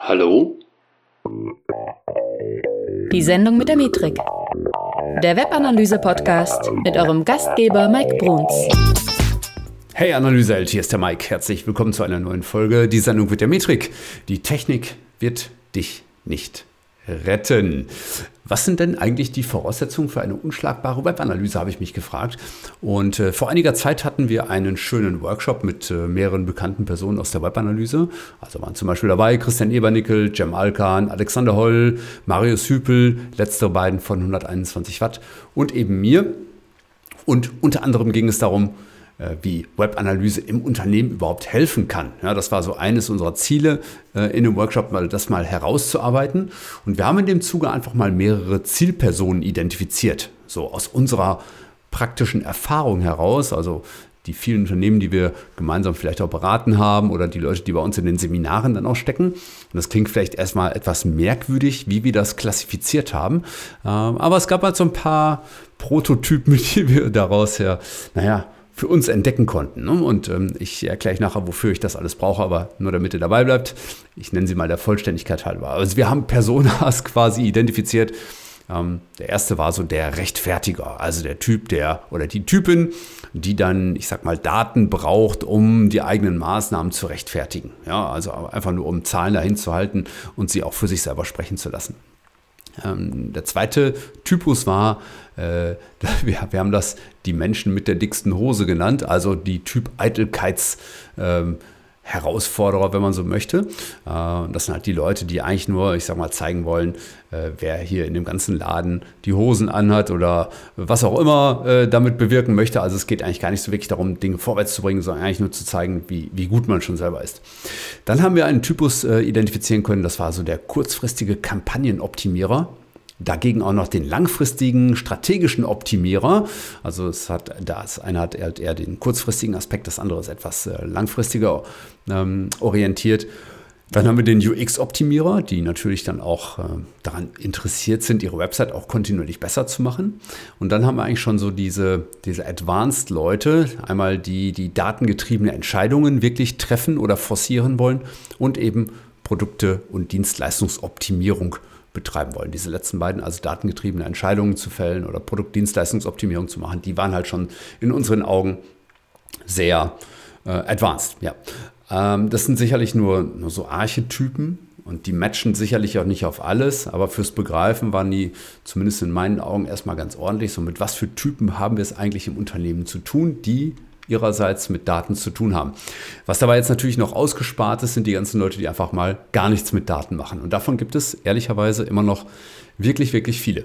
Hallo? Die Sendung mit der Metrik. Der Webanalyse-Podcast mit eurem Gastgeber Mike Bruns. Hey Analyseheld, hier ist der Mike. Herzlich willkommen zu einer neuen Folge. Die Sendung mit der Metrik. Die Technik wird dich nicht retten. Was sind denn eigentlich die Voraussetzungen für eine unschlagbare Webanalyse, habe ich mich gefragt. Und vor einiger Zeit hatten wir einen schönen Workshop mit mehreren bekannten Personen aus der Webanalyse. Also waren zum Beispiel dabei Christian Ebernickel, Cem Alkan, Alexander Holl, Marius Hüpel, letztere beiden von 121 Watt und eben mir. Und unter anderem ging es darum, wie Webanalyse im Unternehmen überhaupt helfen kann. Ja, das war so eines unserer Ziele in dem Workshop, das mal herauszuarbeiten. Und wir haben in dem Zuge einfach mal mehrere Zielpersonen identifiziert. So aus unserer praktischen Erfahrung heraus, also die vielen Unternehmen, die wir gemeinsam vielleicht auch beraten haben oder die Leute, die bei uns in den Seminaren dann auch stecken. Und das klingt vielleicht erstmal etwas merkwürdig, wie wir das klassifiziert haben. Aber es gab halt so ein paar Prototypen, die wir daraus für uns entdecken konnten. Und ich erkläre euch nachher, wofür ich das alles brauche, aber nur damit ihr dabei bleibt. Ich nenne sie mal der Vollständigkeit halber. Also wir haben Personas quasi identifiziert. Der erste war so der Rechtfertiger, also der Typ, oder die Typin, die dann, ich sag mal, Daten braucht, um die eigenen Maßnahmen zu rechtfertigen. Ja, also einfach nur, um Zahlen dahin zu halten und sie auch für sich selber sprechen zu lassen. Der zweite Typus war, wir haben das die Menschen mit der dicksten Hose genannt, also die Typ Eitelkeits-Herausforderer, wenn man so möchte. Das sind halt die Leute, die eigentlich nur, ich sag mal, zeigen wollen, wer hier in dem ganzen Laden die Hosen anhat oder was auch immer damit bewirken möchte. Also es geht eigentlich gar nicht so wirklich darum, Dinge vorwärts zu bringen, sondern eigentlich nur zu zeigen, wie gut man schon selber ist. Dann haben wir einen Typus identifizieren können, das war so der kurzfristige Kampagnenoptimierer. Dagegen auch noch den langfristigen strategischen Optimierer. Also das eine hat eher den kurzfristigen Aspekt, das andere ist etwas langfristiger orientiert. Dann haben wir den UX-Optimierer, die natürlich dann auch daran interessiert sind, ihre Website auch kontinuierlich besser zu machen. Und dann haben wir eigentlich schon so diese Advanced-Leute, einmal die datengetriebene Entscheidungen wirklich treffen oder forcieren wollen und eben Produkte- und Dienstleistungsoptimierung betreiben wollen. Diese letzten beiden, also datengetriebene Entscheidungen zu fällen oder Produkt-Dienstleistungsoptimierung zu machen, die waren halt schon in unseren Augen sehr advanced. Ja. Das sind sicherlich nur so Archetypen und die matchen sicherlich auch nicht auf alles, aber fürs Begreifen waren die zumindest in meinen Augen erstmal ganz ordentlich. So, mit was für Typen haben wir es eigentlich im Unternehmen zu tun, die ihrerseits mit Daten zu tun haben. Was dabei jetzt natürlich noch ausgespart ist, sind die ganzen Leute, die einfach mal gar nichts mit Daten machen. Und davon gibt es ehrlicherweise immer noch wirklich, wirklich viele.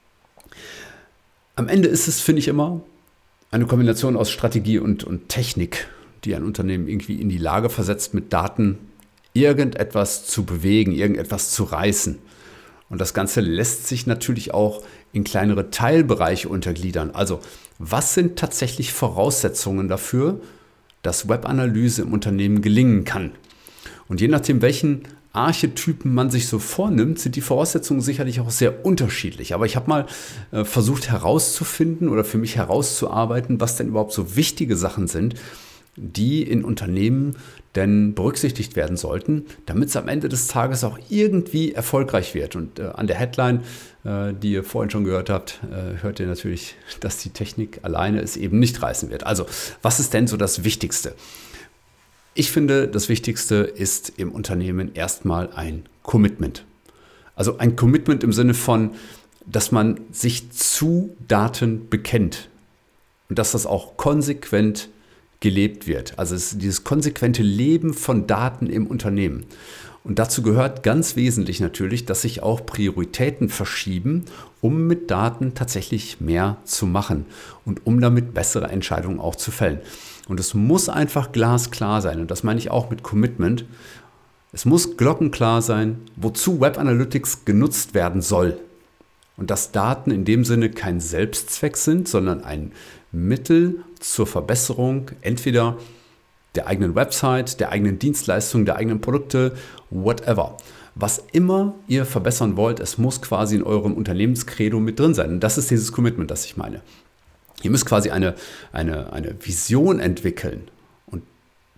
Am Ende ist es, finde ich, immer eine Kombination aus Strategie und Technik, die ein Unternehmen irgendwie in die Lage versetzt, mit Daten irgendetwas zu bewegen, irgendetwas zu reißen. Und das Ganze lässt sich natürlich auch in kleinere Teilbereiche untergliedern. Also, was sind tatsächlich Voraussetzungen dafür, dass Webanalyse im Unternehmen gelingen kann? Und je nachdem, welchen Archetypen man sich so vornimmt, sind die Voraussetzungen sicherlich auch sehr unterschiedlich. Aber ich habe mal versucht herauszufinden oder für mich herauszuarbeiten, was denn überhaupt so wichtige Sachen sind, die in Unternehmen denn berücksichtigt werden sollten, damit es am Ende des Tages auch irgendwie erfolgreich wird. Und an der Headline, die ihr vorhin schon gehört habt, hört ihr natürlich, dass die Technik alleine es eben nicht reißen wird. Also, was ist denn so das Wichtigste? Ich finde, das Wichtigste ist im Unternehmen erstmal ein Commitment. Also ein Commitment im Sinne von, dass man sich zu Daten bekennt und dass das auch konsequent gelebt wird. Also es ist dieses konsequente Leben von Daten im Unternehmen. Und dazu gehört ganz wesentlich natürlich, dass sich auch Prioritäten verschieben, um mit Daten tatsächlich mehr zu machen und um damit bessere Entscheidungen auch zu fällen. Und es muss einfach glasklar sein, und das meine ich auch mit Commitment. Es muss glockenklar sein, wozu Web Analytics genutzt werden soll. Und dass Daten in dem Sinne kein Selbstzweck sind, sondern ein Mittel zur Verbesserung entweder der eigenen Website, der eigenen Dienstleistung, der eigenen Produkte, whatever. Was immer ihr verbessern wollt, es muss quasi in eurem Unternehmenskredo mit drin sein. Und das ist dieses Commitment, das ich meine. Ihr müsst quasi eine Vision entwickeln. Und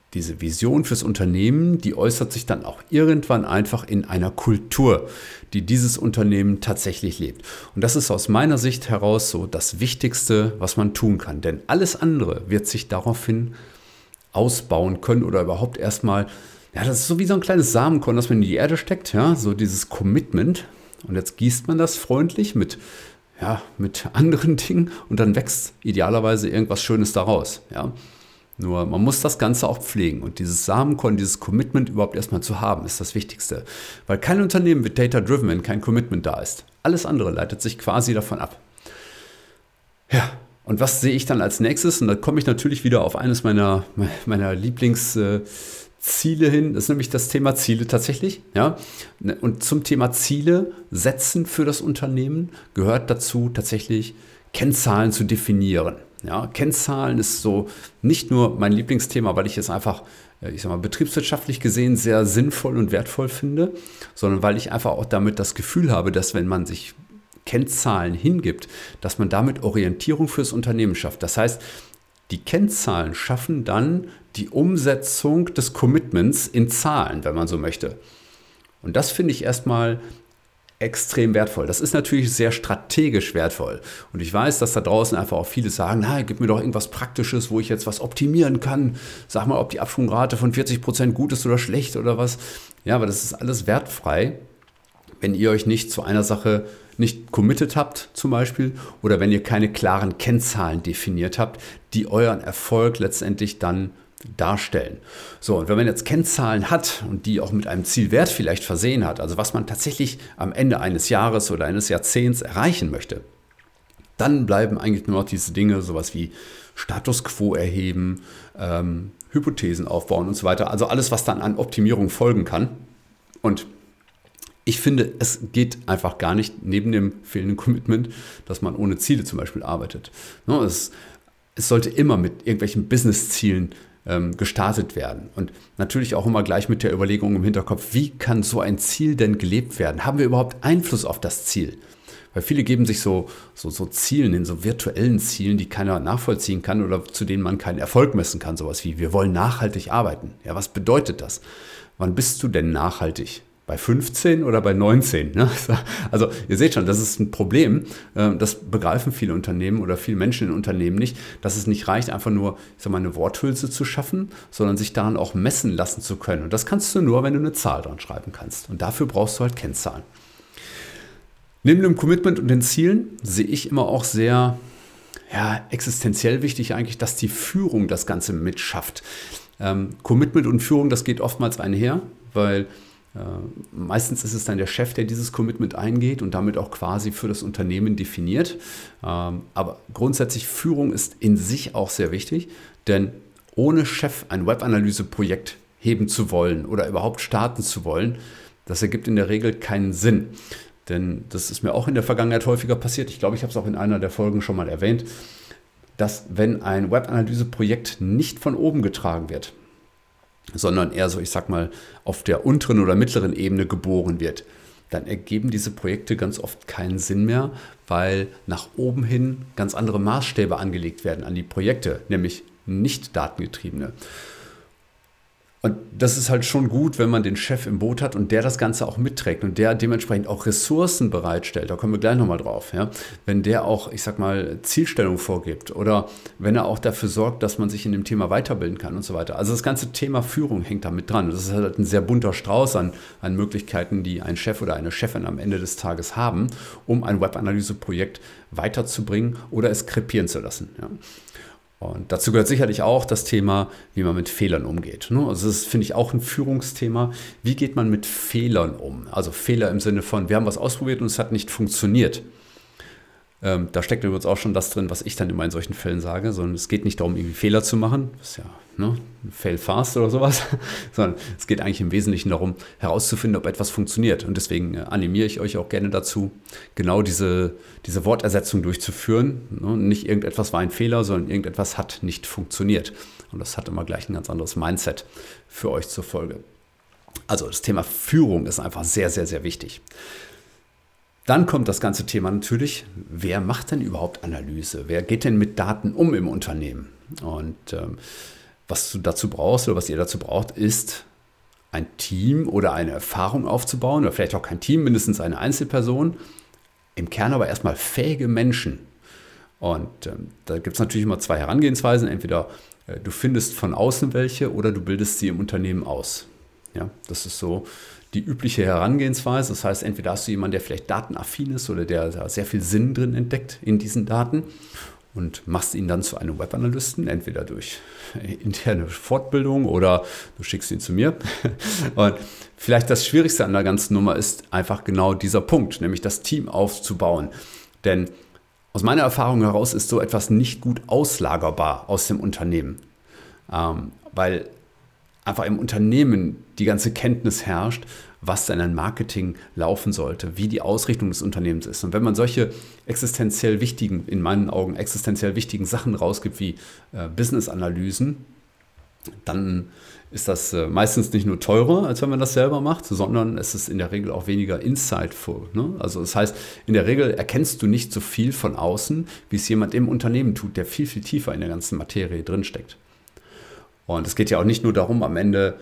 diese Vision fürs Unternehmen, die äußert sich dann auch irgendwann einfach in einer Kultur, die dieses Unternehmen tatsächlich lebt. Und das ist aus meiner Sicht heraus so das Wichtigste, was man tun kann. Denn alles andere wird sich daraufhin ausbauen können oder überhaupt erstmal, ja, das ist so wie so ein kleines Samenkorn, das man in die Erde steckt, ja, so dieses Commitment. Und jetzt gießt man das freundlich mit anderen Dingen und dann wächst idealerweise irgendwas Schönes daraus, ja. Nur man muss das Ganze auch pflegen und dieses Samenkorn, dieses Commitment überhaupt erstmal zu haben, ist das Wichtigste. Weil kein Unternehmen wird data-driven, wenn kein Commitment da ist. Alles andere leitet sich quasi davon ab. Ja, und was sehe ich dann als nächstes? Und da komme ich natürlich wieder auf eines meiner Lieblingsziele hin. Das ist nämlich das Thema Ziele tatsächlich. Ja? Und zum Thema Ziele setzen für das Unternehmen gehört dazu tatsächlich Kennzahlen zu definieren. Ja, Kennzahlen ist so nicht nur mein Lieblingsthema, weil ich es einfach, betriebswirtschaftlich gesehen sehr sinnvoll und wertvoll finde, sondern weil ich einfach auch damit das Gefühl habe, dass wenn man sich Kennzahlen hingibt, dass man damit Orientierung fürs Unternehmen schafft. Das heißt, die Kennzahlen schaffen dann die Umsetzung des Commitments in Zahlen, wenn man so möchte. Und das finde ich erstmal extrem wertvoll. Das ist natürlich sehr strategisch wertvoll. Und ich weiß, dass da draußen einfach auch viele sagen, na, gib mir doch irgendwas Praktisches, wo ich jetzt was optimieren kann. Sag mal, ob die Absprungrate von 40% gut ist oder schlecht oder was. Ja, aber das ist alles wertfrei, wenn ihr euch nicht zu einer Sache nicht committed habt zum Beispiel oder wenn ihr keine klaren Kennzahlen definiert habt, die euren Erfolg letztendlich dann darstellen. So, und wenn man jetzt Kennzahlen hat und die auch mit einem Zielwert vielleicht versehen hat, also was man tatsächlich am Ende eines Jahres oder eines Jahrzehnts erreichen möchte, dann bleiben eigentlich nur noch diese Dinge, sowas wie Status Quo erheben, Hypothesen aufbauen und so weiter. Also alles, was dann an Optimierung folgen kann. Und ich finde, es geht einfach gar nicht neben dem fehlenden Commitment, dass man ohne Ziele zum Beispiel arbeitet. Es sollte immer mit irgendwelchen Business-Zielen gestartet werden. Und natürlich auch immer gleich mit der Überlegung im Hinterkopf, wie kann so ein Ziel denn gelebt werden? Haben wir überhaupt Einfluss auf das Ziel? Weil viele geben sich so Zielen hin, so virtuellen Zielen, die keiner nachvollziehen kann oder zu denen man keinen Erfolg messen kann. Sowas wie, wir wollen nachhaltig arbeiten. Ja, was bedeutet das? Wann bist du denn nachhaltig? Bei 15 oder bei 19? Ne? Also ihr seht schon, das ist ein Problem. Das begreifen viele Unternehmen oder viele Menschen in Unternehmen nicht, dass es nicht reicht, einfach nur eine Worthülse zu schaffen, sondern sich daran auch messen lassen zu können. Und das kannst du nur, wenn du eine Zahl dran schreiben kannst. Und dafür brauchst du halt Kennzahlen. Neben dem Commitment und den Zielen sehe ich immer auch sehr existenziell wichtig eigentlich, dass die Führung das Ganze mitschafft. Commitment und Führung, das geht oftmals einher, weil meistens ist es dann der Chef, der dieses Commitment eingeht und damit auch quasi für das Unternehmen definiert. Aber grundsätzlich Führung ist in sich auch sehr wichtig, denn ohne Chef ein Webanalyse-Projekt heben zu wollen oder überhaupt starten zu wollen, das ergibt in der Regel keinen Sinn. Denn das ist mir auch in der Vergangenheit häufiger passiert. Ich glaube, ich habe es auch in einer der Folgen schon mal erwähnt, dass wenn ein Webanalyse-Projekt nicht von oben getragen wird, sondern eher so, auf der unteren oder mittleren Ebene geboren wird, dann ergeben diese Projekte ganz oft keinen Sinn mehr, weil nach oben hin ganz andere Maßstäbe angelegt werden an die Projekte, nämlich nicht datengetriebene. Und das ist halt schon gut, wenn man den Chef im Boot hat und der das Ganze auch mitträgt und der dementsprechend auch Ressourcen bereitstellt. Da kommen wir gleich nochmal drauf. Ja? Wenn der auch, Zielstellung vorgibt oder wenn er auch dafür sorgt, dass man sich in dem Thema weiterbilden kann und so weiter. Also das ganze Thema Führung hängt da mit dran. Das ist halt ein sehr bunter Strauß an Möglichkeiten, die ein Chef oder eine Chefin am Ende des Tages haben, um ein Webanalyse-Projekt weiterzubringen oder es krepieren zu lassen. Ja? Und dazu gehört sicherlich auch das Thema, wie man mit Fehlern umgeht. Also das ist, finde ich, auch ein Führungsthema. Wie geht man mit Fehlern um? Also Fehler im Sinne von, wir haben was ausprobiert und es hat nicht funktioniert. Da steckt übrigens auch schon das drin, was ich dann immer in solchen Fällen sage, sondern es geht nicht darum, irgendwie Fehler zu machen, das ist ja fail fast oder sowas, sondern es geht eigentlich im Wesentlichen darum, herauszufinden, ob etwas funktioniert. Und deswegen animiere ich euch auch gerne dazu, genau diese Wortersetzung durchzuführen. Nicht irgendetwas war ein Fehler, sondern irgendetwas hat nicht funktioniert. Und das hat immer gleich ein ganz anderes Mindset für euch zur Folge. Also das Thema Führung ist einfach sehr, sehr, sehr wichtig. Dann kommt das ganze Thema natürlich, wer macht denn überhaupt Analyse? Wer geht denn mit Daten um im Unternehmen? Und was du dazu brauchst oder was ihr dazu braucht, ist ein Team oder eine Erfahrung aufzubauen oder vielleicht auch kein Team, mindestens eine Einzelperson. Im Kern aber erstmal fähige Menschen. Und da gibt es natürlich immer zwei Herangehensweisen. Entweder du findest von außen welche oder du bildest sie im Unternehmen aus. Ja, das ist so die übliche Herangehensweise. Das heißt, entweder hast du jemanden, der vielleicht datenaffin ist oder der da sehr viel Sinn drin entdeckt in diesen Daten und machst ihn dann zu einem Webanalysten, entweder durch interne Fortbildung oder du schickst ihn zu mir. Und vielleicht das Schwierigste an der ganzen Nummer ist einfach genau dieser Punkt, nämlich das Team aufzubauen. Denn aus meiner Erfahrung heraus ist so etwas nicht gut auslagerbar aus dem Unternehmen, weil einfach im Unternehmen die ganze Kenntnis herrscht, was denn ein Marketing laufen sollte, wie die Ausrichtung des Unternehmens ist. Und wenn man solche existenziell wichtigen, in meinen Augen existenziell wichtigen Sachen rausgibt wie Business-Analysen, dann ist das meistens nicht nur teurer, als wenn man das selber macht, sondern es ist in der Regel auch weniger insightful. Ne? Also das heißt, in der Regel erkennst du nicht so viel von außen, wie es jemand im Unternehmen tut, der viel, viel tiefer in der ganzen Materie drinsteckt. Und es geht ja auch nicht nur darum, am Ende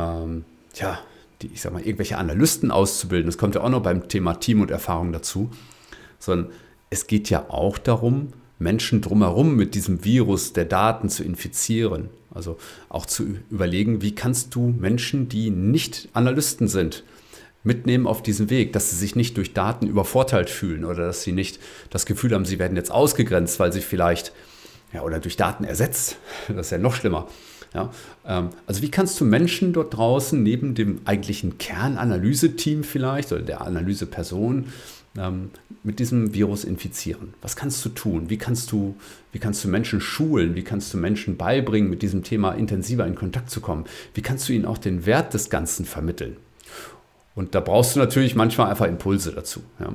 irgendwelche Analysten auszubilden. Das kommt ja auch noch beim Thema Team und Erfahrung dazu. Sondern es geht ja auch darum, Menschen drumherum mit diesem Virus der Daten zu infizieren. Also auch zu überlegen, wie kannst du Menschen, die nicht Analysten sind, mitnehmen auf diesen Weg, dass sie sich nicht durch Daten übervorteilt fühlen oder dass sie nicht das Gefühl haben, sie werden jetzt ausgegrenzt, weil sie vielleicht, oder durch Daten ersetzt. Das ist ja noch schlimmer. Ja, also wie kannst du Menschen dort draußen neben dem eigentlichen Kernanalyseteam vielleicht oder der Analyseperson mit diesem Virus infizieren? Was kannst du tun? Wie kannst du Menschen schulen? Wie kannst du Menschen beibringen, mit diesem Thema intensiver in Kontakt zu kommen? Wie kannst du ihnen auch den Wert des Ganzen vermitteln? Und da brauchst du natürlich manchmal einfach Impulse dazu. Ja.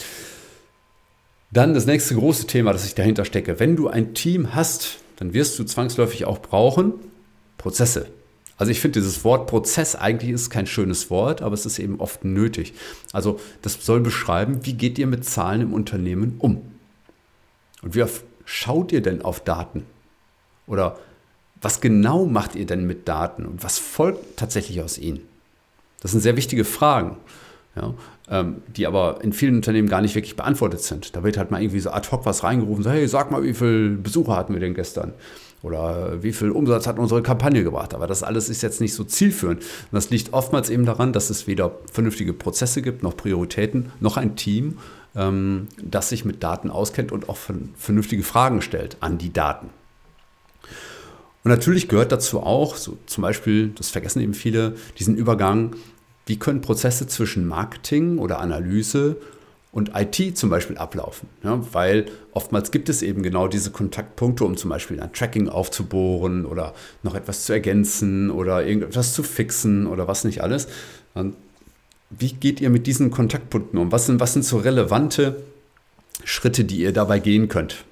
Dann das nächste große Thema, das ich dahinter stecke. Wenn du ein Team hast, dann wirst du zwangsläufig auch brauchen Prozesse. Also ich finde dieses Wort Prozess eigentlich ist kein schönes Wort, aber es ist eben oft nötig. Also das soll beschreiben, wie geht ihr mit Zahlen im Unternehmen um? Und wie schaut ihr denn auf Daten? Oder was genau macht ihr denn mit Daten und was folgt tatsächlich aus ihnen? Das sind sehr wichtige Fragen, die aber in vielen Unternehmen gar nicht wirklich beantwortet sind. Da wird halt mal irgendwie so ad hoc was reingerufen, so, hey, sag mal, wie viele Besucher hatten wir denn gestern? Oder wie viel Umsatz hat unsere Kampagne gebracht? Aber das alles ist jetzt nicht so zielführend. Und das liegt oftmals eben daran, dass es weder vernünftige Prozesse gibt, noch Prioritäten, noch ein Team, das sich mit Daten auskennt und auch vernünftige Fragen stellt an die Daten. Und natürlich gehört dazu auch, so zum Beispiel, das vergessen eben viele, diesen Übergang, wie können Prozesse zwischen Marketing oder Analyse und IT zum Beispiel ablaufen. Ja, weil oftmals gibt es eben genau diese Kontaktpunkte, um zum Beispiel ein Tracking aufzubohren oder noch etwas zu ergänzen oder irgendetwas zu fixen oder was nicht alles. Und wie geht ihr mit diesen Kontaktpunkten um? Was sind so relevante Schritte, die ihr dabei gehen könnt?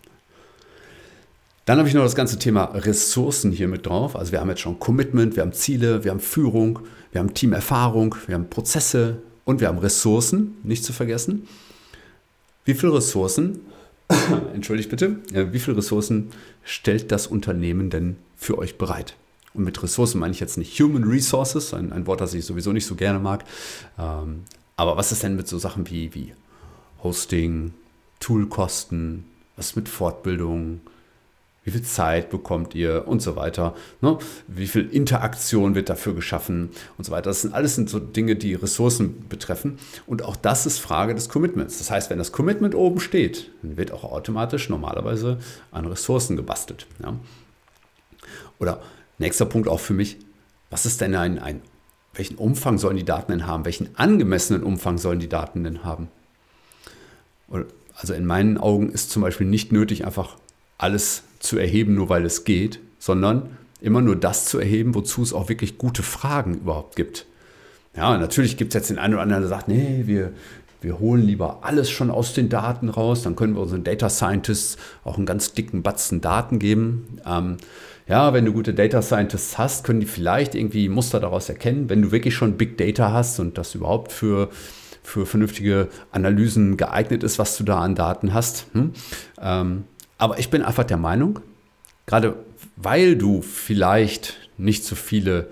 Dann habe ich noch das ganze Thema Ressourcen hier mit drauf. Also wir haben jetzt schon Commitment, wir haben Ziele, wir haben Führung, wir haben Teamerfahrung, wir haben Prozesse und wir haben Ressourcen, nicht zu vergessen. Wie viele Ressourcen, entschuldigt bitte, wie viele Ressourcen stellt das Unternehmen denn für euch bereit? Und mit Ressourcen meine ich jetzt nicht Human Resources, ein Wort, das ich sowieso nicht so gerne mag. Aber was ist denn mit so Sachen wie Hosting, Toolkosten, was ist mit Fortbildung? Wie viel Zeit bekommt ihr und so weiter? Ne? Wie viel Interaktion wird dafür geschaffen und so weiter? Das sind alles so Dinge, die Ressourcen betreffen. Und auch das ist Frage des Commitments. Das heißt, wenn das Commitment oben steht, dann wird auch automatisch normalerweise an Ressourcen gebastelt. Ja? Oder nächster Punkt auch für mich, was ist denn welchen Umfang sollen die Daten denn haben? Welchen angemessenen Umfang sollen die Daten denn haben? Also in meinen Augen ist zum Beispiel nicht nötig, einfach alles zu erheben, nur weil es geht, sondern immer nur das zu erheben, wozu es auch wirklich gute Fragen überhaupt gibt. Ja, natürlich gibt es jetzt den einen oder anderen, der sagt, nee, wir holen lieber alles schon aus den Daten raus, dann können wir unseren Data Scientists auch einen ganz dicken Batzen Daten geben. Wenn du gute Data Scientists hast, können die vielleicht irgendwie Muster daraus erkennen. Wenn du wirklich schon Big Data hast und das überhaupt für vernünftige Analysen geeignet ist, was du da an Daten hast. Aber ich bin einfach der Meinung, gerade weil du vielleicht nicht so viele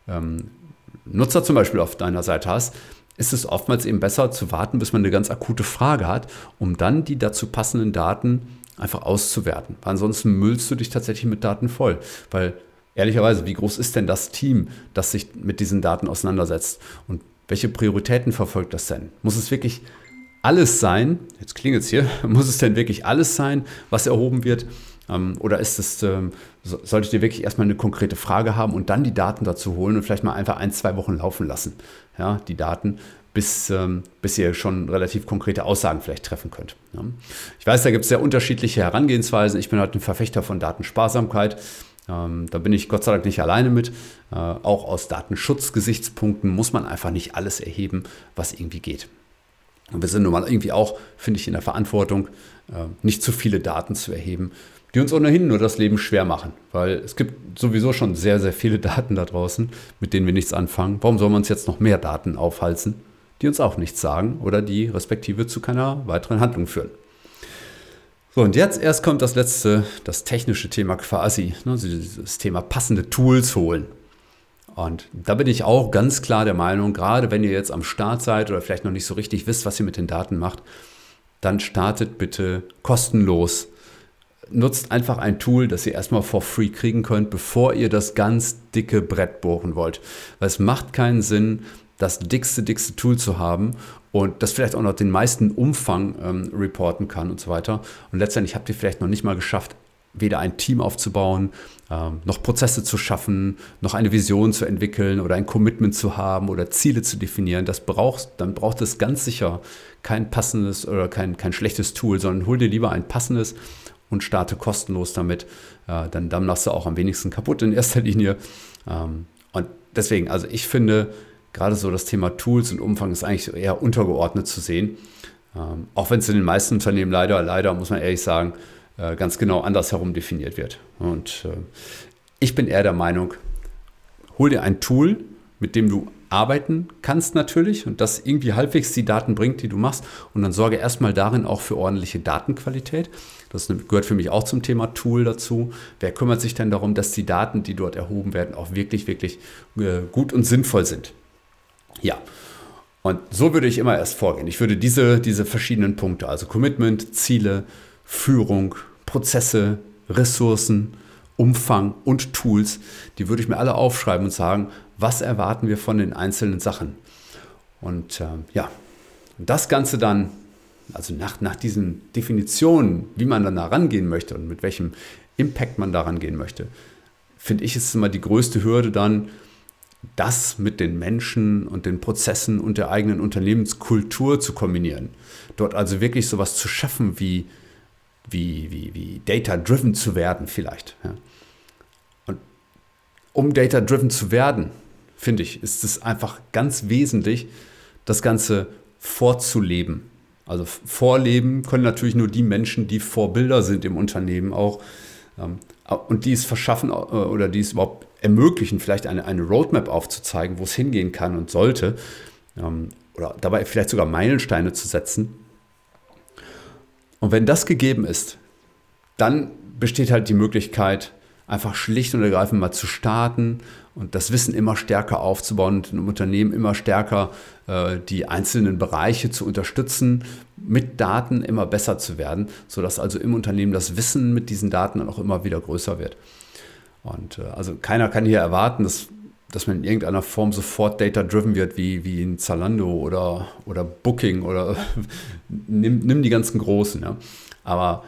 Nutzer zum Beispiel auf deiner Seite hast, ist es oftmals eben besser zu warten, bis man eine ganz akute Frage hat, um dann die dazu passenden Daten einfach auszuwerten. Weil ansonsten müllst du dich tatsächlich mit Daten voll. Weil ehrlicherweise, wie groß ist denn das Team, das sich mit diesen Daten auseinandersetzt? Und welche Prioritäten verfolgt das denn? Muss es wirklich alles sein, jetzt klingelt es hier, muss es denn wirklich alles sein, was erhoben wird? Oder solltet ihr wirklich erstmal eine konkrete Frage haben und dann die Daten dazu holen und vielleicht mal einfach 1-2 Wochen laufen lassen, ja, die Daten, bis ihr schon relativ konkrete Aussagen vielleicht treffen könnt. Ja. Ich weiß, da gibt es sehr unterschiedliche Herangehensweisen. Ich bin halt ein Verfechter von Datensparsamkeit. Da bin ich Gott sei Dank nicht alleine mit. Auch aus Datenschutzgesichtspunkten muss man einfach nicht alles erheben, was irgendwie geht. Und wir sind nun mal irgendwie auch, finde ich, in der Verantwortung, nicht zu viele Daten zu erheben, die uns ohnehin nur das Leben schwer machen. Weil es gibt sowieso schon sehr, sehr viele Daten da draußen, mit denen wir nichts anfangen. Warum soll man uns jetzt noch mehr Daten aufhalsen, die uns auch nichts sagen oder die respektive zu keiner weiteren Handlung führen? So, und jetzt erst kommt das technische Thema quasi, ne, also das Thema passende Tools holen. Und da bin ich auch ganz klar der Meinung, gerade wenn ihr jetzt am Start seid oder vielleicht noch nicht so richtig wisst, was ihr mit den Daten macht, dann startet bitte kostenlos. Nutzt einfach ein Tool, das ihr erstmal for free kriegen könnt, bevor ihr das ganz dicke Brett bohren wollt. Weil es macht keinen Sinn, das dickste Tool zu haben und das vielleicht auch noch den meisten Umfang reporten kann und so weiter. Und letztendlich habt ihr vielleicht noch nicht mal geschafft, weder ein Team aufzubauen, noch Prozesse zu schaffen, noch eine Vision zu entwickeln oder ein Commitment zu haben oder Ziele zu definieren. Dann braucht es ganz sicher kein passendes oder kein schlechtes Tool, sondern hol dir lieber ein passendes und starte kostenlos damit. Dann machst du auch am wenigsten kaputt in erster Linie. Und deswegen, also ich finde, gerade so das Thema Tools und Umfang ist eigentlich eher untergeordnet zu sehen. Auch wenn es in den meisten Unternehmen leider, muss man ehrlich sagen, ganz genau andersherum definiert wird. Und ich bin eher der Meinung, hol dir ein Tool, mit dem du arbeiten kannst natürlich und das irgendwie halbwegs die Daten bringt, die du machst. Und dann sorge erstmal darin auch für ordentliche Datenqualität. Das gehört für mich auch zum Thema Tool dazu. Wer kümmert sich denn darum, dass die Daten, die dort erhoben werden, auch wirklich gut und sinnvoll sind? Ja, und so würde ich immer erst vorgehen. Ich würde diese verschiedenen Punkte, also Commitment, Ziele, Führung, Prozesse, Ressourcen, Umfang und Tools, die würde ich mir alle aufschreiben und sagen, was erwarten wir von den einzelnen Sachen? Und das Ganze dann, also nach diesen Definitionen, wie man dann da rangehen möchte und mit welchem Impact man da rangehen möchte, finde ich, ist immer die größte Hürde dann, das mit den Menschen und den Prozessen und der eigenen Unternehmenskultur zu kombinieren. Dort also wirklich sowas zu schaffen wie data-driven zu werden vielleicht. Ja. Und um data-driven zu werden, finde ich, ist es einfach ganz wesentlich, das Ganze vorzuleben. Also vorleben können natürlich nur die Menschen, die Vorbilder sind im Unternehmen auch und die es verschaffen oder die es überhaupt ermöglichen, vielleicht eine Roadmap aufzuzeigen, wo es hingehen kann und sollte oder dabei vielleicht sogar Meilensteine zu setzen. Und wenn das gegeben ist, dann besteht halt die Möglichkeit, einfach schlicht und ergreifend mal zu starten und das Wissen immer stärker aufzubauen und im Unternehmen immer stärker die einzelnen Bereiche zu unterstützen, mit Daten immer besser zu werden, sodass also im Unternehmen das Wissen mit diesen Daten dann auch immer wieder größer wird. Und also keiner kann hier erwarten, dass man in irgendeiner Form sofort data-driven wird, wie in Zalando oder Booking oder nimm die ganzen Großen. Ja. Aber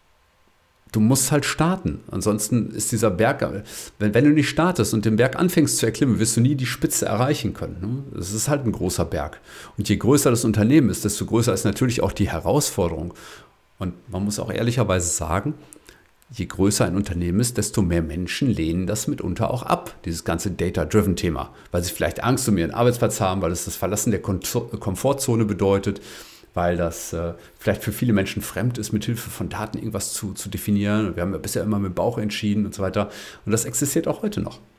du musst halt starten. Ansonsten ist dieser Berg, wenn du nicht startest und den Berg anfängst zu erklimmen, wirst du nie die Spitze erreichen können. Ne? Das ist halt ein großer Berg. Und je größer das Unternehmen ist, desto größer ist natürlich auch die Herausforderung. Und man muss auch ehrlicherweise sagen, je größer ein Unternehmen ist, desto mehr Menschen lehnen das mitunter auch ab, dieses ganze Data-Driven-Thema, weil sie vielleicht Angst um ihren Arbeitsplatz haben, weil es das Verlassen der Komfortzone bedeutet, weil das vielleicht für viele Menschen fremd ist, mit Hilfe von Daten irgendwas zu definieren. Wir haben ja bisher immer mit Bauch entschieden und so weiter. Und das existiert auch heute noch.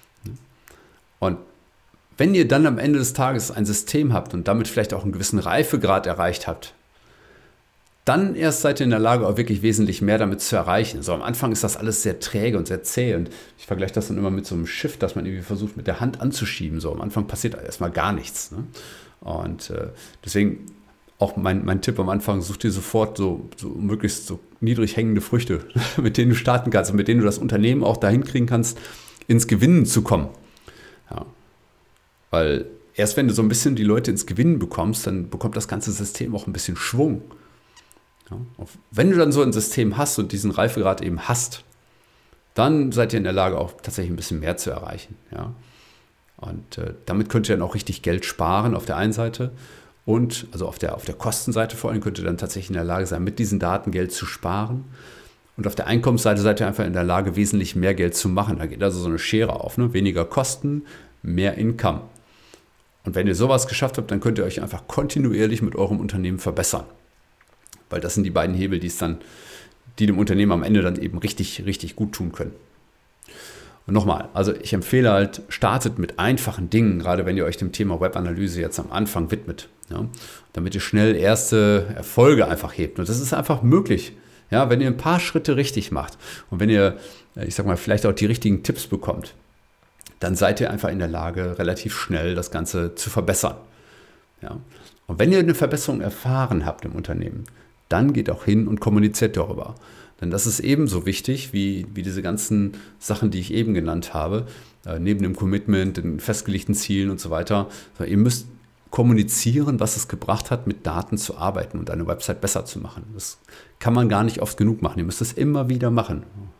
Und wenn ihr dann am Ende des Tages ein System habt und damit vielleicht auch einen gewissen Reifegrad erreicht habt, Dann erst seid ihr in der Lage, auch wirklich wesentlich mehr damit zu erreichen. So am Anfang ist das alles sehr träge und sehr zäh und ich vergleiche das dann immer mit so einem Schiff, das man irgendwie versucht mit der Hand anzuschieben. So am Anfang passiert erstmal gar nichts. Ne? Und deswegen auch mein Tipp am Anfang, such dir sofort so möglichst so niedrig hängende Früchte, mit denen du starten kannst und mit denen du das Unternehmen auch dahin kriegen kannst, ins Gewinnen zu kommen. Ja. Weil erst wenn du so ein bisschen die Leute ins Gewinnen bekommst, dann bekommt das ganze System auch ein bisschen Schwung. Ja. Wenn du dann so ein System hast und diesen Reifegrad eben hast, dann seid ihr in der Lage, auch tatsächlich ein bisschen mehr zu erreichen. Ja. Und damit könnt ihr dann auch richtig Geld sparen auf der einen Seite und also auf der Kostenseite vor allem könnt ihr dann tatsächlich in der Lage sein, mit diesen Daten Geld zu sparen. Und auf der Einkommensseite seid ihr einfach in der Lage, wesentlich mehr Geld zu machen. Da geht also so eine Schere auf, ne? Weniger Kosten, mehr Income. Und wenn ihr sowas geschafft habt, dann könnt ihr euch einfach kontinuierlich mit eurem Unternehmen verbessern. Weil das sind die beiden Hebel, die dem Unternehmen am Ende dann eben richtig, richtig gut tun können. Und nochmal, also ich empfehle halt, startet mit einfachen Dingen, gerade wenn ihr euch dem Thema Webanalyse jetzt am Anfang widmet, ja, damit ihr schnell erste Erfolge einfach hebt. Und das ist einfach möglich, ja, wenn ihr ein paar Schritte richtig macht und wenn ihr, ich sag mal, vielleicht auch die richtigen Tipps bekommt, dann seid ihr einfach in der Lage, relativ schnell das Ganze zu verbessern. Ja. Und wenn ihr eine Verbesserung erfahren habt im Unternehmen, dann geht auch hin und kommuniziert darüber. Denn das ist ebenso wichtig wie diese ganzen Sachen, die ich eben genannt habe, neben dem Commitment, den festgelegten Zielen und so weiter. Ihr müsst kommunizieren, was es gebracht hat, mit Daten zu arbeiten und eine Website besser zu machen. Das kann man gar nicht oft genug machen. Ihr müsst es immer wieder machen.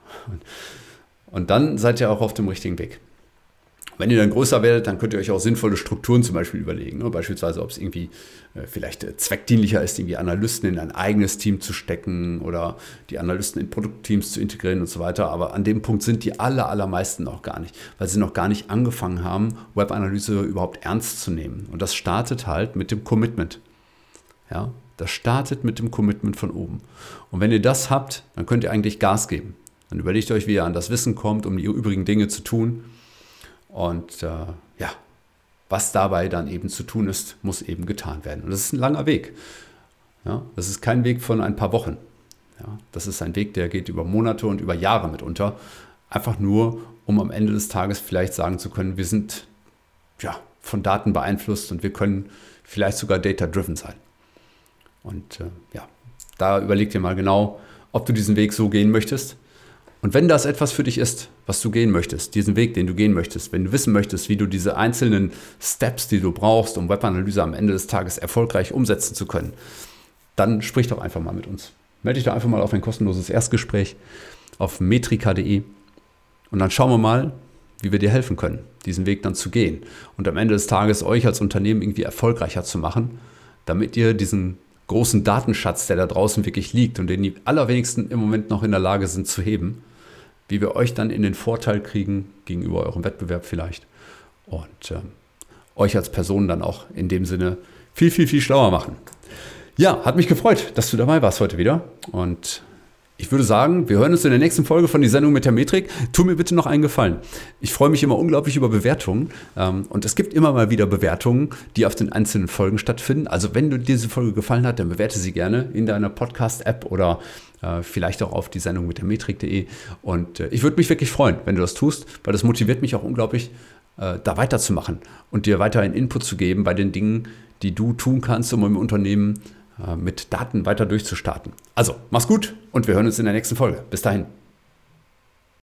Und dann seid ihr auch auf dem richtigen Weg. Wenn ihr dann größer werdet, dann könnt ihr euch auch sinnvolle Strukturen zum Beispiel überlegen. Ne? Beispielsweise, ob es irgendwie vielleicht zweckdienlicher ist, irgendwie Analysten in ein eigenes Team zu stecken oder die Analysten in Produktteams zu integrieren und so weiter. Aber an dem Punkt sind die allermeisten noch gar nicht, weil sie noch gar nicht angefangen haben, Webanalyse überhaupt ernst zu nehmen. Und das startet halt mit dem Commitment. Ja, das startet mit dem Commitment von oben. Und wenn ihr das habt, dann könnt ihr eigentlich Gas geben. Dann überlegt euch, wie ihr an das Wissen kommt, um die übrigen Dinge zu tun. Und was dabei dann eben zu tun ist, muss eben getan werden. Und das ist ein langer Weg. Ja, das ist kein Weg von ein paar Wochen. Ja, das ist ein Weg, der geht über Monate und über Jahre mitunter. Einfach nur, um am Ende des Tages vielleicht sagen zu können, wir sind von Daten beeinflusst und wir können vielleicht sogar data-driven sein. Und da überleg dir mal genau, ob du diesen Weg so gehen möchtest. Und wenn das etwas für dich ist, was du gehen möchtest, diesen Weg, den du gehen möchtest, wenn du wissen möchtest, wie du diese einzelnen Steps, die du brauchst, um Webanalyse am Ende des Tages erfolgreich umsetzen zu können, dann sprich doch einfach mal mit uns. Melde dich doch einfach mal auf ein kostenloses Erstgespräch auf metrika.de und dann schauen wir mal, wie wir dir helfen können, diesen Weg dann zu gehen und am Ende des Tages euch als Unternehmen irgendwie erfolgreicher zu machen, damit ihr diesen großen Datenschatz, der da draußen wirklich liegt und den die allerwenigsten im Moment noch in der Lage sind zu heben, wie wir euch dann in den Vorteil kriegen gegenüber eurem Wettbewerb vielleicht und euch als Person dann auch in dem Sinne viel, viel, viel schlauer machen. Ja, hat mich gefreut, dass du dabei warst heute wieder und ich würde sagen, wir hören uns in der nächsten Folge von die Sendung mit der Metrik. Tu mir bitte noch einen Gefallen. Ich freue mich immer unglaublich über Bewertungen und es gibt immer mal wieder Bewertungen, die auf den einzelnen Folgen stattfinden. Also wenn dir diese Folge gefallen hat, dann bewerte sie gerne in deiner Podcast-App oder vielleicht auch auf die Sendung mit der Metrik.de und ich würde mich wirklich freuen, wenn du das tust, weil das motiviert mich auch unglaublich, da weiterzumachen und dir weiterhin Input zu geben bei den Dingen, die du tun kannst, um im Unternehmen mit Daten weiter durchzustarten. Also, mach's gut und wir hören uns in der nächsten Folge. Bis dahin.